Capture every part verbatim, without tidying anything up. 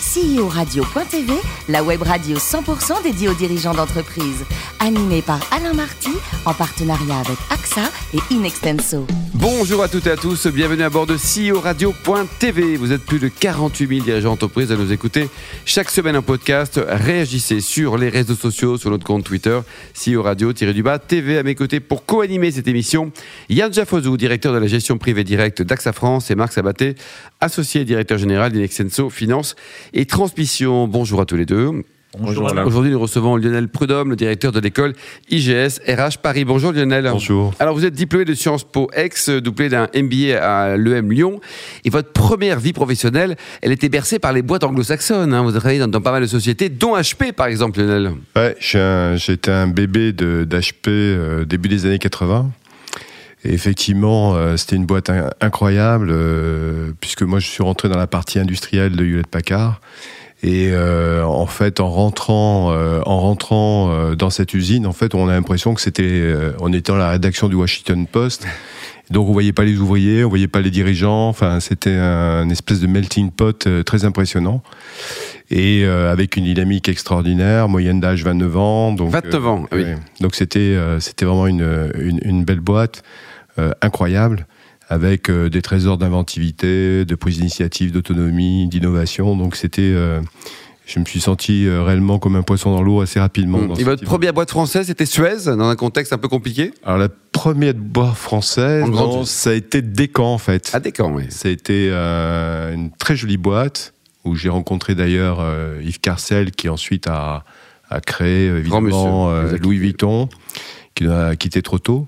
C E O radio point t v, la web radio cent pour cent dédiée aux dirigeants d'entreprise. Animée par Alain Marty, en partenariat avec A X A et Inextenso. Bonjour à toutes et à tous, bienvenue à bord de C E O radio point t v. Vous êtes plus de quarante-huit mille dirigeants d'entreprise à nous écouter chaque semaine en podcast. Réagissez sur les réseaux sociaux, sur notre compte Twitter, C E O radio-du-bas T V. À mes côtés pour co-animer cette émission, Yann Jaffozou, directeur de la gestion privée directe d'A X A France, et Marc Sabaté, associé directeur général d'Inextenso Finance et Transmission. Bonjour à tous les deux. Bonjour. Bonjour. Aujourd'hui, nous recevons Lionel Prudhomme, le directeur de l'école I G S R H Paris. Bonjour Lionel. Bonjour. Alors, vous êtes diplômé de Sciences Po Aix, doublé d'un M B A à l'E M Lyon. Et votre première vie professionnelle, elle était bercée par les boîtes anglo-saxonnes. Hein. Vous avez travaillé dans, dans pas mal de sociétés, dont H P par exemple, Lionel. Ouais, j'étais un, un bébé de, d'H P euh, début des années quatre-vingts. Et effectivement, euh, c'était une boîte in- incroyable, euh, puisque moi je suis rentré dans la partie industrielle de Hewlett-Packard. Et euh, en fait, en rentrant, euh, en rentrant euh, dans cette usine, en fait, on a l'impression que c'était, euh, on était dans la rédaction du Washington Post. Donc, on voyait pas les ouvriers, on voyait pas les dirigeants. Enfin, c'était un, une espèce de melting pot euh, très impressionnant. Et euh, avec une dynamique extraordinaire, moyenne d'âge vingt-neuf ans. Donc, vingt-neuf ans, euh, oui. Ouais. Donc, c'était, euh, c'était vraiment une, une, une belle boîte, euh, incroyable, avec euh, des trésors d'inventivité, de prise d'initiative, d'autonomie, d'innovation. Donc c'était, euh, je me suis senti euh, réellement comme un poisson dans l'eau assez rapidement. Mmh. Et votre première boîte française, c'était Suez, dans un contexte un peu compliqué ? Alors la première boîte française, non, ça a été Descamps en fait. Ah, Descamps, oui. Ça a été euh, une très jolie boîte, où j'ai rencontré d'ailleurs euh, Yves Carcel, qui ensuite a, a créé évidemment euh, Louis Vuitton, qui a quitté trop tôt.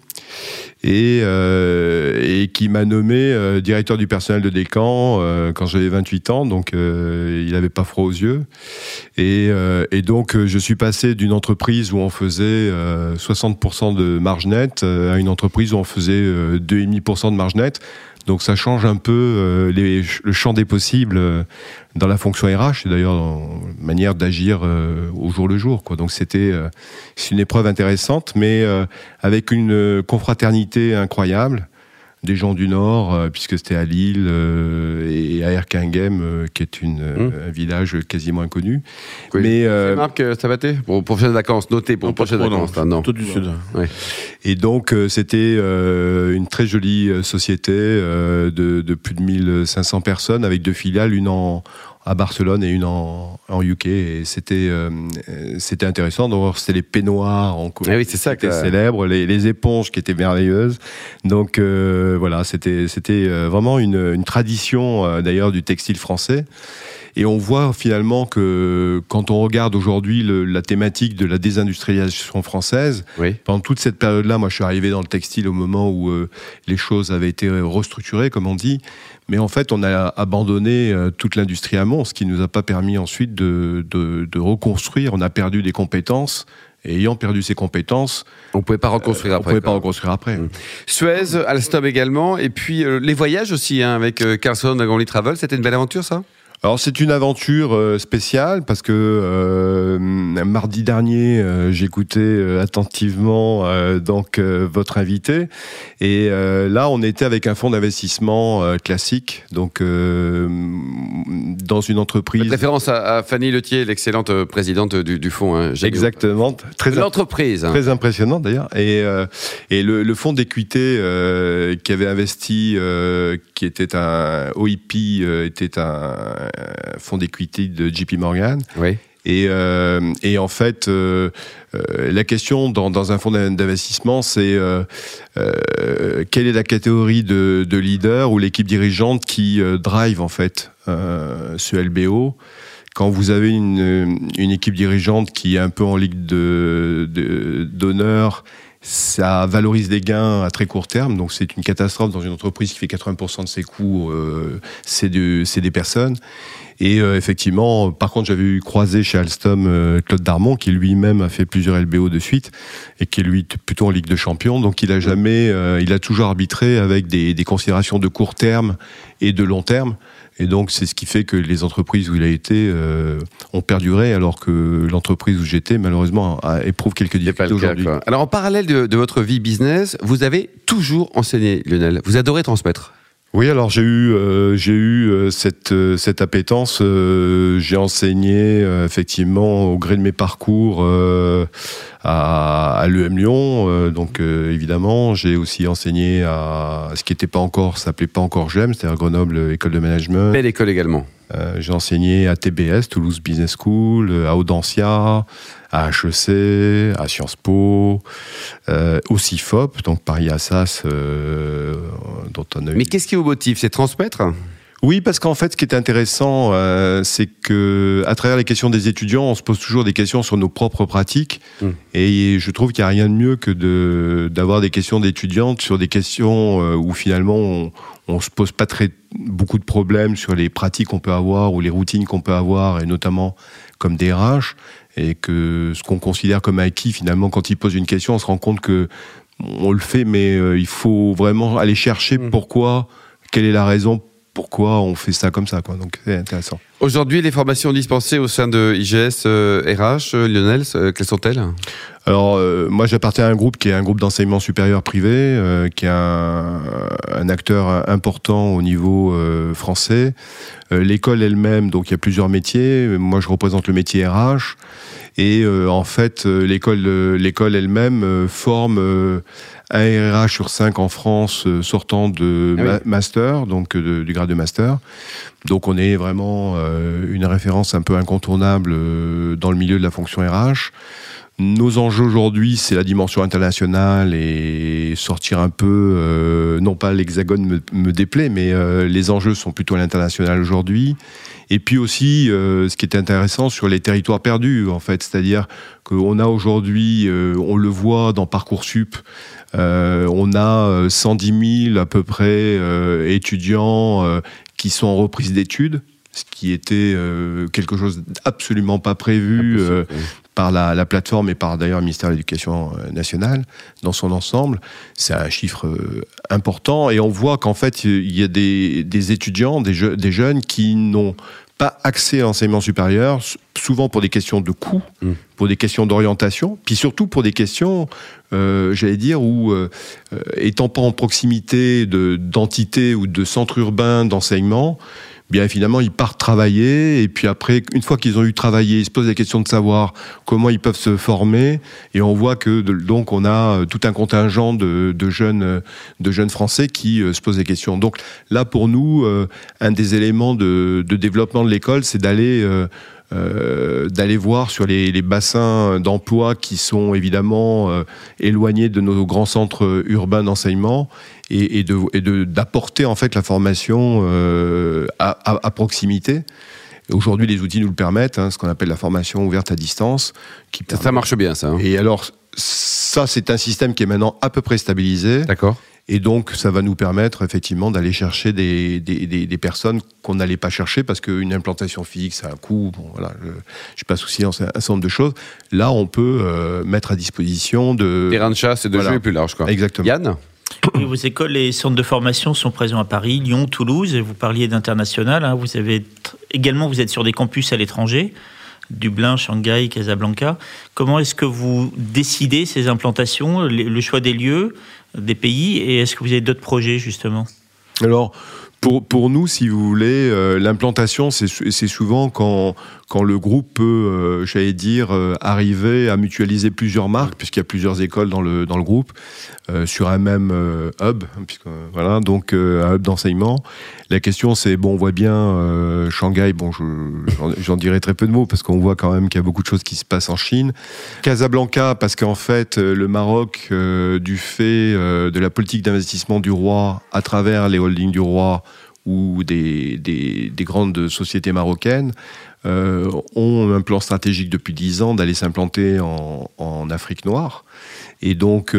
Et, euh, et qui m'a nommé euh, directeur du personnel de Descamps euh, quand j'avais vingt-huit ans, donc euh, il n'avait pas froid aux yeux. Et, euh, et donc euh, je suis passé d'une entreprise où on faisait euh, soixante pour cent de marge nette euh, à une entreprise où on faisait euh, deux virgule cinq pour cent de marge nette. Donc ça change un peu euh, les, le champ des possibles euh, dans la fonction R H, et d'ailleurs dans la manière d'agir euh, au jour le jour, quoi. Donc c'était euh, c'est une épreuve intéressante, mais euh, avec une euh, confraternité incroyable, des gens du Nord, euh, puisque c'était à Lille euh, et à Erquinghem, euh, qui est une, euh, mmh. un village quasiment inconnu. Oui. Mais euh, Marc Sabaté, pour prochaines vacances, notez pour prochaines vacances. Non, non. Tout du Sud. Ouais. Et donc euh, c'était euh, une très jolie euh, société euh, de, de plus de mille cinq cents personnes, avec deux filiales, une en à Barcelone et une en, en U K, et c'était euh, c'était intéressant. Donc c'était les peignoirs en couleur, ah oui, c'est ça qui étaient que... célèbres, les, les éponges qui étaient merveilleuses. Donc euh, voilà, c'était c'était vraiment une, une tradition euh, d'ailleurs du textile français. Et on voit finalement que quand on regarde aujourd'hui le, la thématique de la désindustrialisation française, oui. pendant toute cette période-là, moi je suis arrivé dans le textile au moment où euh, les choses avaient été restructurées, comme on dit, mais en fait on a abandonné euh, toute l'industrie amont, ce qui ne nous a pas permis ensuite de, de, de reconstruire. On a perdu des compétences. Et ayant perdu ses compétences, on ne pouvait pas reconstruire euh, après. On ne pouvait pas reconstruire après. Mmh. Suez, Alstom également, et puis euh, les voyages aussi, hein, avec euh, Carlson Only Travel, c'était une belle aventure, ça ? Alors c'est une aventure euh, spéciale parce que euh, mardi dernier euh, j'écoutais euh, attentivement euh, donc euh, votre invité, et euh, là on était avec un fonds d'investissement euh, classique, donc euh, dans une entreprise. Faites référence à, à Fanny Letier, l'excellente présidente du, du fonds. Hein, exactement, très l'entreprise, hein. Très impressionnant d'ailleurs, et euh, et le, le fonds d'équité euh, qui avait investi, euh, qui était un O I P, euh, était un fonds d'équité de J P Morgan. Oui. Et, euh, et en fait, euh, euh, la question dans, dans un fonds d'investissement, c'est euh, euh, quelle est la catégorie de, de leader ou l'équipe dirigeante qui euh, drive en fait euh, ce L B O. Quand vous avez une, une équipe dirigeante qui est un peu en ligue de, de, d'honneur, ça valorise des gains à très court terme, donc c'est une catastrophe dans une entreprise qui fait quatre-vingts pour cent de ses coûts, euh, c'est, de, c'est des personnes. Et euh, effectivement, par contre, j'avais eu croisé chez Alstom euh, Claude Darmon, qui lui-même a fait plusieurs L B O de suite, et qui est lui plutôt en Ligue de Champions, donc il a jamais, euh, il a toujours arbitré avec des, des considérations de court terme et de long terme. Et donc, c'est ce qui fait que les entreprises où il a été euh, ont perduré, alors que l'entreprise où j'étais, malheureusement, a, éprouve quelques difficultés aujourd'hui. Cas, alors, en parallèle de, de votre vie business, vous avez toujours enseigné, Lionel. Vous adorez transmettre. Oui, alors j'ai eu, euh, j'ai eu euh, cette, euh, cette appétence. Euh, j'ai enseigné euh, effectivement au gré de mes parcours euh, à, à l'E M Lyon. Euh, donc euh, évidemment, j'ai aussi enseigné à ce qui n'était pas encore, s'appelait pas encore G E M, c'est-à-dire Grenoble École de Management. Belle école également. Euh, j'ai enseigné à T B S, Toulouse Business School, à Audencia, à H E C, à Sciences Po, euh, au C I F O P, donc Paris Assas, euh, dont on a eu... Mais qu'est-ce qui vous motive? C'est transmettre? Oui, parce qu'en fait, ce qui est intéressant, euh, c'est que à travers les questions des étudiants, on se pose toujours des questions sur nos propres pratiques. Mmh. Et je trouve qu'il n'y a rien de mieux que de, d'avoir des questions d'étudiantes sur des questions euh, où finalement on, on se pose pas très beaucoup de problèmes sur les pratiques qu'on peut avoir ou les routines qu'on peut avoir, et notamment comme D R H. Et que ce qu'on considère comme acquis, finalement, quand ils posent une question, on se rend compte que on le fait, mais euh, il faut vraiment aller chercher mmh. pourquoi, quelle est la raison. Pourquoi on fait ça comme ça, quoi. Donc c'est intéressant. Aujourd'hui, les formations dispensées au sein de I G S euh, R H, euh, Lionel, euh, quelles sont-elles? Alors, euh, moi, j'appartiens à un groupe qui est un groupe d'enseignement supérieur privé, euh, qui est un, un acteur important au niveau euh, français. Euh, l'école elle-même, donc il y a plusieurs métiers. Moi, je représente le métier R H. Et euh, en fait, l'école, l'école elle-même euh, forme euh, un R H sur cinq en France euh, sortant de ah oui. ma- master, donc de, du grade de master. Donc on est vraiment euh, une référence un peu incontournable euh, dans le milieu de la fonction R H. Nos enjeux aujourd'hui, c'est la dimension internationale et sortir un peu, euh, non pas l'hexagone me, me déplaît, mais euh, les enjeux sont plutôt à l'international aujourd'hui. Et puis aussi, euh, ce qui est intéressant sur les territoires perdus, en fait, c'est-à-dire qu'on a aujourd'hui, euh, on le voit dans Parcoursup, euh, on a cent dix mille à peu près euh, étudiants euh, qui sont en reprise d'études, ce qui était euh, quelque chose d'absolument pas prévu euh, par la, la plateforme et par d'ailleurs le ministère de l'Éducation nationale dans son ensemble. C'est un chiffre euh, important et on voit qu'en fait il y a des, des étudiants, des, je, des jeunes qui n'ont pas accès à l'enseignement supérieur, souvent pour des questions de coût, mmh. pour des questions d'orientation, puis surtout pour des questions, euh, j'allais dire, où, euh, étant pas en proximité de, d'entités ou de centres urbains d'enseignement, bien finalement ils partent travailler et puis après une fois qu'ils ont eu travaillé ils se posent la question de savoir comment ils peuvent se former et on voit que de, donc on a tout un contingent de, de jeunes de jeunes Français qui euh, se posent des questions. Donc là pour nous euh, un des éléments de, de développement de l'école c'est d'aller euh, Euh, d'aller voir sur les, les bassins d'emploi qui sont évidemment euh, éloignés de nos grands centres urbains d'enseignement et, et, de, et de, d'apporter en fait la formation euh, à, à, à proximité. Aujourd'hui, les outils nous le permettent, hein, ce qu'on appelle la formation ouverte à distance. Qui ça, ça marche bien, ça. Hein. Et alors, ça, c'est un système qui est maintenant à peu près stabilisé. D'accord. Et donc, ça va nous permettre effectivement d'aller chercher des, des, des, des personnes qu'on n'allait pas chercher parce qu'une implantation physique, ça a un coût. Bon, voilà, je n'ai pas souci dans un certain nombre de choses. Là, on peut euh, mettre à disposition de... terrain de chasse et de voilà. jeu plus large, quoi. Exactement. Yann ? Oui, vos écoles et centres de formation sont présents à Paris, Lyon, Toulouse. Et vous parliez d'international. Hein, vous avez t- également, vous êtes sur des campus à l'étranger. Dublin, Shanghai, Casablanca. Comment est-ce que vous décidez ces implantations, le choix des lieux, des pays, et est-ce que vous avez d'autres projets justement ? Alors, pour, pour nous, si vous voulez, euh, l'implantation, c'est, c'est souvent quand, quand le groupe peut, euh, j'allais dire, euh, arriver à mutualiser plusieurs marques, puisqu'il y a plusieurs écoles dans le, dans le groupe, euh, sur un même euh, hub, puisque, voilà, donc euh, un hub d'enseignement. La question, c'est, bon, on voit bien euh, Shanghai, bon, je, j'en, j'en dirai très peu de mots, parce qu'on voit quand même qu'il y a beaucoup de choses qui se passent en Chine. Casablanca, parce qu'en fait, le Maroc, euh, du fait euh, de la politique d'investissement du roi, à travers les holdings du roi, ou des, des, des grandes sociétés marocaines, euh, ont un plan stratégique depuis dix ans d'aller s'implanter en, en Afrique noire. Et donc,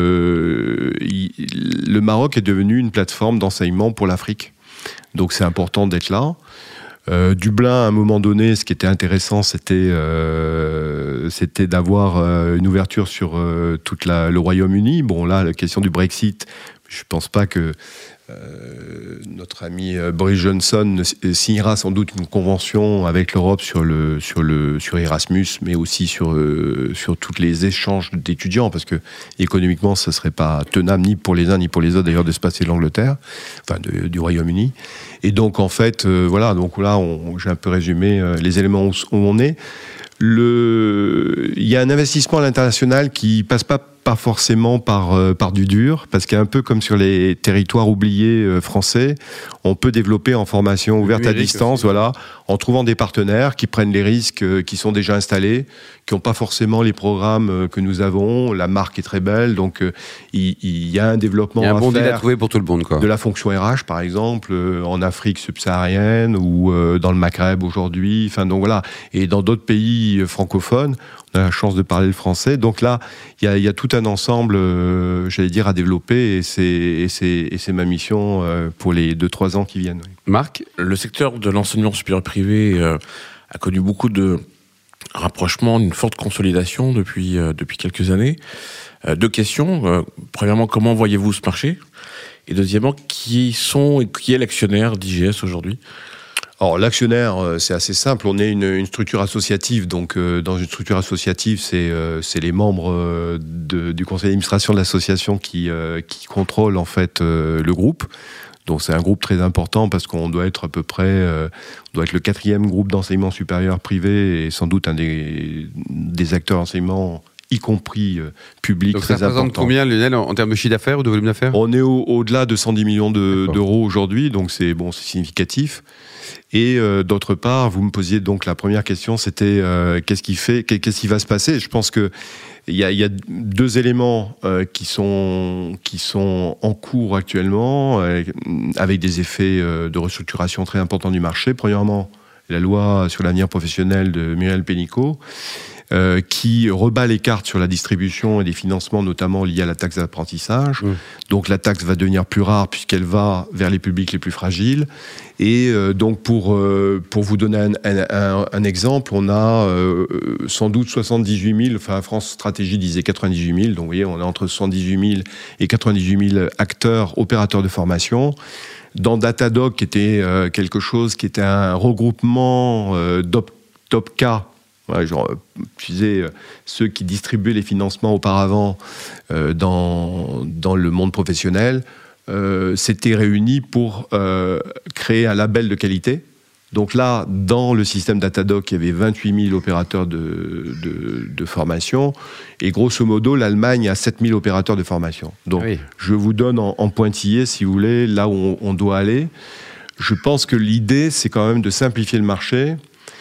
euh, il, le Maroc est devenu une plateforme d'enseignement pour l'Afrique. Donc, c'est important d'être là. Euh, Dublin, à un moment donné, ce qui était intéressant, c'était, euh, c'était d'avoir euh, une ouverture sur euh, tout le Royaume-Uni. Bon, là, la question du Brexit... Je ne pense pas que euh, notre ami Boris Johnson signera sans doute une convention avec l'Europe sur, le, sur, le, sur Erasmus, mais aussi sur, euh, sur tous les échanges d'étudiants, parce que économiquement, ce ne serait pas tenable ni pour les uns ni pour les autres, d'ailleurs, de se passer de l'Angleterre, enfin de, du Royaume-Uni. Et donc, en fait, euh, voilà, donc là, on, j'ai un peu résumé euh, les éléments où, où on est. Le... Il y a un investissement à l'international qui passe pas, pas forcément par, euh, par du dur, parce qu'un peu comme sur les territoires oubliés euh, français, on peut développer en formation ouverte à distance, aussi. Voilà, en trouvant des partenaires qui prennent les risques, euh, qui sont déjà installés, qui n'ont pas forcément les programmes euh, que nous avons. La marque est très belle, donc euh, il, il y a un développement il y a un à bon faire. deal à trouver pour tout le monde, quoi. De la fonction R H, par exemple, euh, en Afrique subsaharienne ou euh, dans le Maghreb aujourd'hui. Enfin, donc voilà. Et dans d'autres pays euh, francophones, on a la chance de parler le français. Donc là, il y, y a tout un ensemble, euh, j'allais dire, à développer. Et c'est, et c'est, et c'est ma mission euh, pour les deux trois ans qui viennent. Oui. Marc ? Le secteur de l'enseignement supérieur privé euh, a connu beaucoup de rapprochements, une forte consolidation depuis, euh, depuis quelques années. Euh, deux questions. Euh, premièrement, comment voyez-vous ce marché ? Et deuxièmement, qui sont et qui est l'actionnaire d'I G S aujourd'hui ? Alors l'actionnaire, c'est assez simple. On est une, une structure associative, donc euh, dans une structure associative, c'est, euh, c'est les membres euh, de, du conseil d'administration de l'association qui, euh, qui contrôlent en fait euh, le groupe. Donc c'est un groupe très important parce qu'on doit être à peu près, euh, on doit être le quatrième groupe d'enseignement supérieur privé et sans doute un des, des acteurs d'enseignement, y compris euh, public, donc très important. Ça représente combien, Lionel, en, en termes de chiffre d'affaires ou de volume d'affaires ? On est au, au-delà de cent dix millions de, d'euros aujourd'hui, donc c'est, bon, c'est significatif. Et euh, d'autre part, vous me posiez donc la première question, c'était euh, qu'est-ce qui fait, qu'est-ce qui va se passer ? Je pense que il y a, y a deux éléments euh, qui sont qui sont en cours actuellement, euh, avec des effets euh, de restructuration très importants du marché. Premièrement, la loi sur l'avenir professionnel de Muriel Pénicaud, euh, qui rebat les cartes sur la distribution et des financements, notamment liés à la taxe d'apprentissage. Mmh. Donc la taxe va devenir plus rare puisqu'elle va vers les publics les plus fragiles. Et euh, donc pour, euh, pour vous donner un, un, un, un exemple, on a euh, sans doute soixante-dix-huit mille, enfin France Stratégie disait quatre-vingt-dix-huit mille, donc vous voyez, on est entre soixante-dix-huit mille et quatre-vingt-dix-huit mille acteurs, opérateurs de formation. Dans Datadoc, qui était euh, quelque chose qui était un regroupement euh, d'Opca, ouais, genre, tu disais, euh, ceux qui distribuaient les financements auparavant euh, dans, dans le monde professionnel, euh, s'étaient réunis pour euh, créer un label de qualité. Donc là, dans le système Datadoc, il y avait vingt-huit mille opérateurs de, de, de formation. Et grosso modo, l'Allemagne a sept mille opérateurs de formation. Donc, oui. Je vous donne en, en pointillé, si vous voulez, là où on, on doit aller. Je pense que l'idée, c'est quand même de simplifier le marché.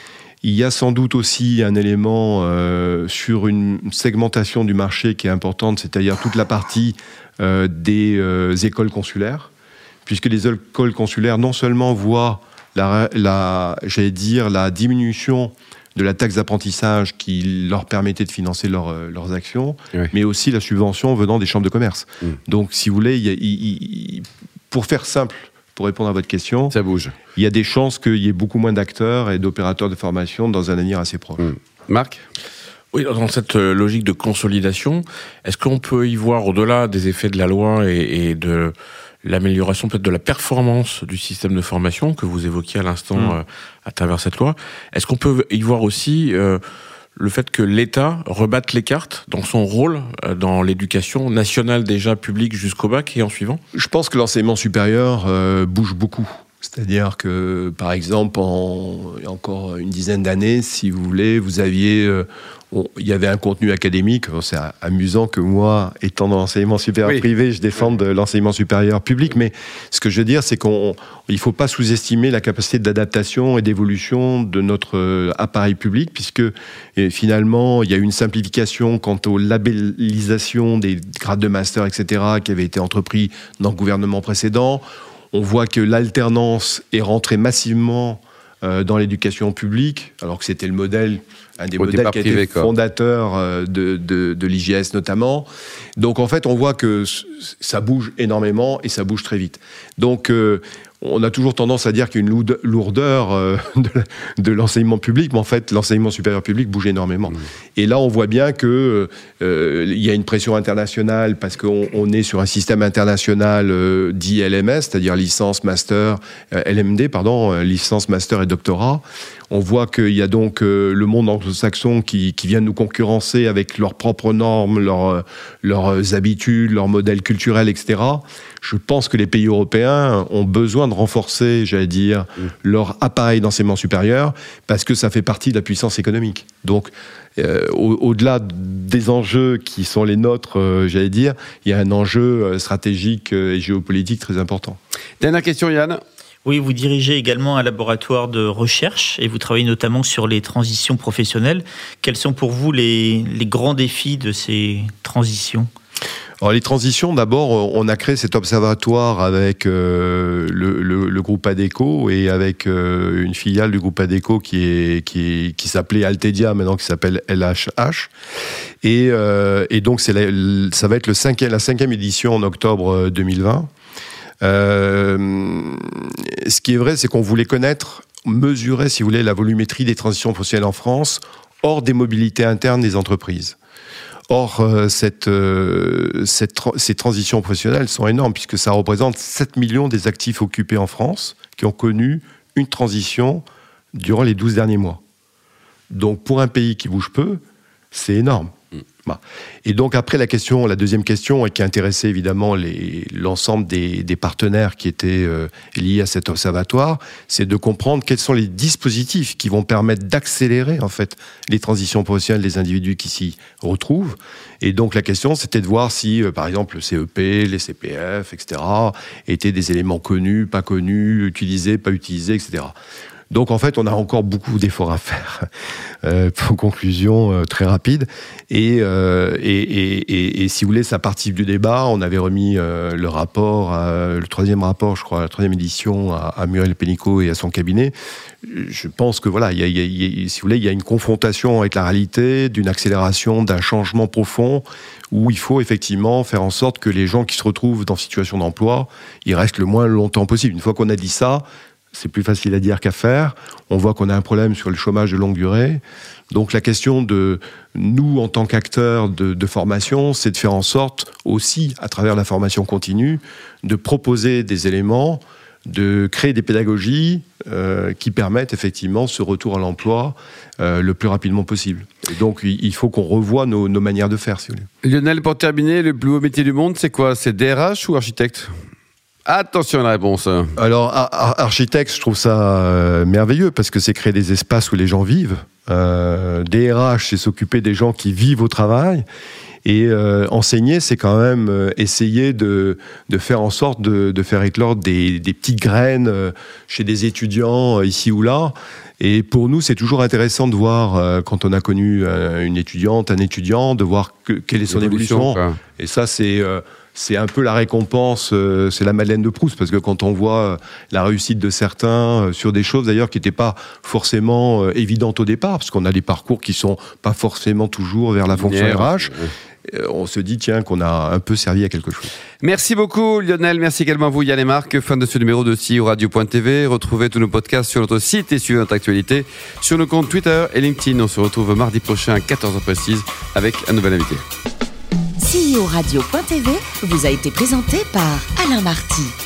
Il y a sans doute aussi un élément euh, sur une segmentation du marché qui est importante, c'est-à-dire toute la partie euh, des euh, écoles consulaires, puisque les écoles consulaires non seulement voient la, la, j'allais dire, la diminution de la taxe d'apprentissage qui leur permettait de financer leur, leurs actions, oui. mais aussi la subvention venant des chambres de commerce. Mmh. Donc, si vous voulez, il y a, il, il, pour faire simple, pour répondre à votre question, ça bouge. Il y a des chances qu'il y ait beaucoup moins d'acteurs et d'opérateurs de formation dans un avenir assez proche. Mmh. Marc ? Oui, dans cette logique de consolidation, est-ce qu'on peut y voir, au-delà des effets de la loi et, et de l'amélioration peut-être de la performance du système de formation que vous évoquiez à l'instant mmh. euh, à travers cette loi, est-ce qu'on peut y voir aussi euh, le fait que l'État rebatte les cartes dans son rôle euh, dans l'éducation nationale déjà publique jusqu'au bac et en suivant ? Je pense que l'enseignement supérieur euh, bouge beaucoup. C'est-à-dire que, par exemple, en, il y a encore une dizaine d'années, si vous voulez, vous aviez, euh, on, il y avait un contenu académique. C'est amusant que moi, étant dans l'enseignement supérieur oui. privé, je défende oui. l'enseignement supérieur public. Mais ce que je veux dire, c'est qu'il ne faut pas sous-estimer la capacité d'adaptation et d'évolution de notre euh, appareil public, puisque et finalement, il y a eu une simplification quant aux labellisations des grades de master, et cetera, qui avaient été entrepris dans le gouvernement précédent. On voit que l'alternance est rentrée massivement euh, dans l'éducation publique, alors que c'était le modèle, un des Au modèles qui a privé, été fondateur euh, de, de, de l'I G S notamment. Donc en fait, on voit que ça bouge énormément et ça bouge très vite. Donc euh, on a toujours tendance à dire qu'il y a une lourdeur euh, de, de l'enseignement public, mais en fait, l'enseignement supérieur public bouge énormément. Mmh. Et là, on voit bien que euh, il y a une pression internationale parce qu'on on est sur un système international euh, dit L M S, c'est-à-dire licence, master, euh, L M D, pardon, euh, licence, master et doctorat. On voit qu'il y a donc euh, le monde anglo-saxon qui, qui vient nous concurrencer avec leurs propres normes, leurs, leurs habitudes, leurs modèles culturels, et cetera. Je pense que les pays européens ont besoin de renforcer, j'allais dire, mmh. leur appareil d'enseignement supérieur parce que ça fait partie de la puissance économique. Donc, euh, au, au-delà des enjeux qui sont les nôtres, euh, j'allais dire, il y a un enjeu stratégique et géopolitique très important. Dernière question, Yann. Oui, vous dirigez également un laboratoire de recherche et vous travaillez notamment sur les transitions professionnelles. Quels sont pour vous les, les grands défis de ces transitions ? Alors, les transitions, d'abord, on a créé cet observatoire avec euh, le, le, le groupe Adecco et avec euh, une filiale du groupe Adecco qui, est, qui, qui s'appelait Altedia, maintenant qui s'appelle L H H. Et, euh, et donc, c'est la, ça va être le cinquième, la cinquième édition en octobre deux mille vingt. Euh, ce qui est vrai, c'est qu'on voulait connaître, mesurer, si vous voulez, la volumétrie des transitions professionnelles en France, hors des mobilités internes des entreprises. Or, euh, cette, euh, cette, ces transitions professionnelles sont énormes, puisque ça représente sept millions des actifs occupés en France qui ont connu une transition durant les douze derniers mois. Donc, pour un pays qui bouge peu, c'est énorme. Et donc après la question, la deuxième question, et qui intéressait évidemment les, l'ensemble des, des partenaires qui étaient euh, liés à cet observatoire, c'est de comprendre quels sont les dispositifs qui vont permettre d'accélérer en fait les transitions professionnelles des individus qui s'y retrouvent. Et donc la question, c'était de voir si, euh, par exemple, le C E P, les C P F, et cetera, étaient des éléments connus, pas connus, utilisés, pas utilisés, et cetera. Donc en fait, on a encore beaucoup d'efforts à faire. Euh, pour conclusion euh, très rapide. Et, euh, et, et, et, et si vous voulez, ça participe du débat. On avait remis euh, le rapport, à, le troisième rapport, je crois, la troisième édition à, à Muriel Pénicaud et à son cabinet. Je pense que voilà, il y a, il y a, si vous voulez, il y a une confrontation avec la réalité, d'une accélération, d'un changement profond, où il faut effectivement faire en sorte que les gens qui se retrouvent dans situation d'emploi, ils restent le moins longtemps possible. Une fois qu'on a dit ça, c'est plus facile à dire qu'à faire. On voit qu'on a un problème sur le chômage de longue durée. Donc la question de nous, en tant qu'acteurs de, de formation, c'est de faire en sorte aussi, à travers la formation continue, de proposer des éléments, de créer des pédagogies euh, qui permettent effectivement ce retour à l'emploi euh, le plus rapidement possible. Et donc il faut qu'on revoie nos, nos manières de faire, si vous voulez. Lionel, pour terminer, le plus haut métier du monde, c'est quoi ? C'est D R H ou architecte ? Attention à la réponse. Alors, ar- architecte, je trouve ça euh, merveilleux parce que c'est créer des espaces où les gens vivent. Euh, D R H, c'est s'occuper des gens qui vivent au travail. Et euh, enseigner, c'est quand même euh, essayer de, de faire en sorte de, de faire éclore des, des petites graines euh, chez des étudiants euh, ici ou là. Et pour nous, c'est toujours intéressant de voir, euh, quand on a connu euh, une étudiante, un étudiant, de voir que, quelle est son évolution. évolution. Et ça, c'est... Euh, c'est un peu la récompense, euh, c'est la Madeleine de Proust, parce que quand on voit euh, la réussite de certains euh, sur des choses d'ailleurs qui n'étaient pas forcément euh, évidentes au départ, parce qu'on a des parcours qui sont pas forcément toujours vers la fonction R H, euh, on se dit tiens qu'on a un peu servi à quelque chose. Merci beaucoup Lionel, merci également à vous Yann et Marc. Fin de ce numéro de C I O Radio point T V. Retrouvez tous nos podcasts sur notre site et suivez notre actualité sur nos comptes Twitter et LinkedIn. On se retrouve mardi prochain à quatorze heures précise avec un nouvel invité. C I O Radio point T V vous a été présenté par Alain Marty.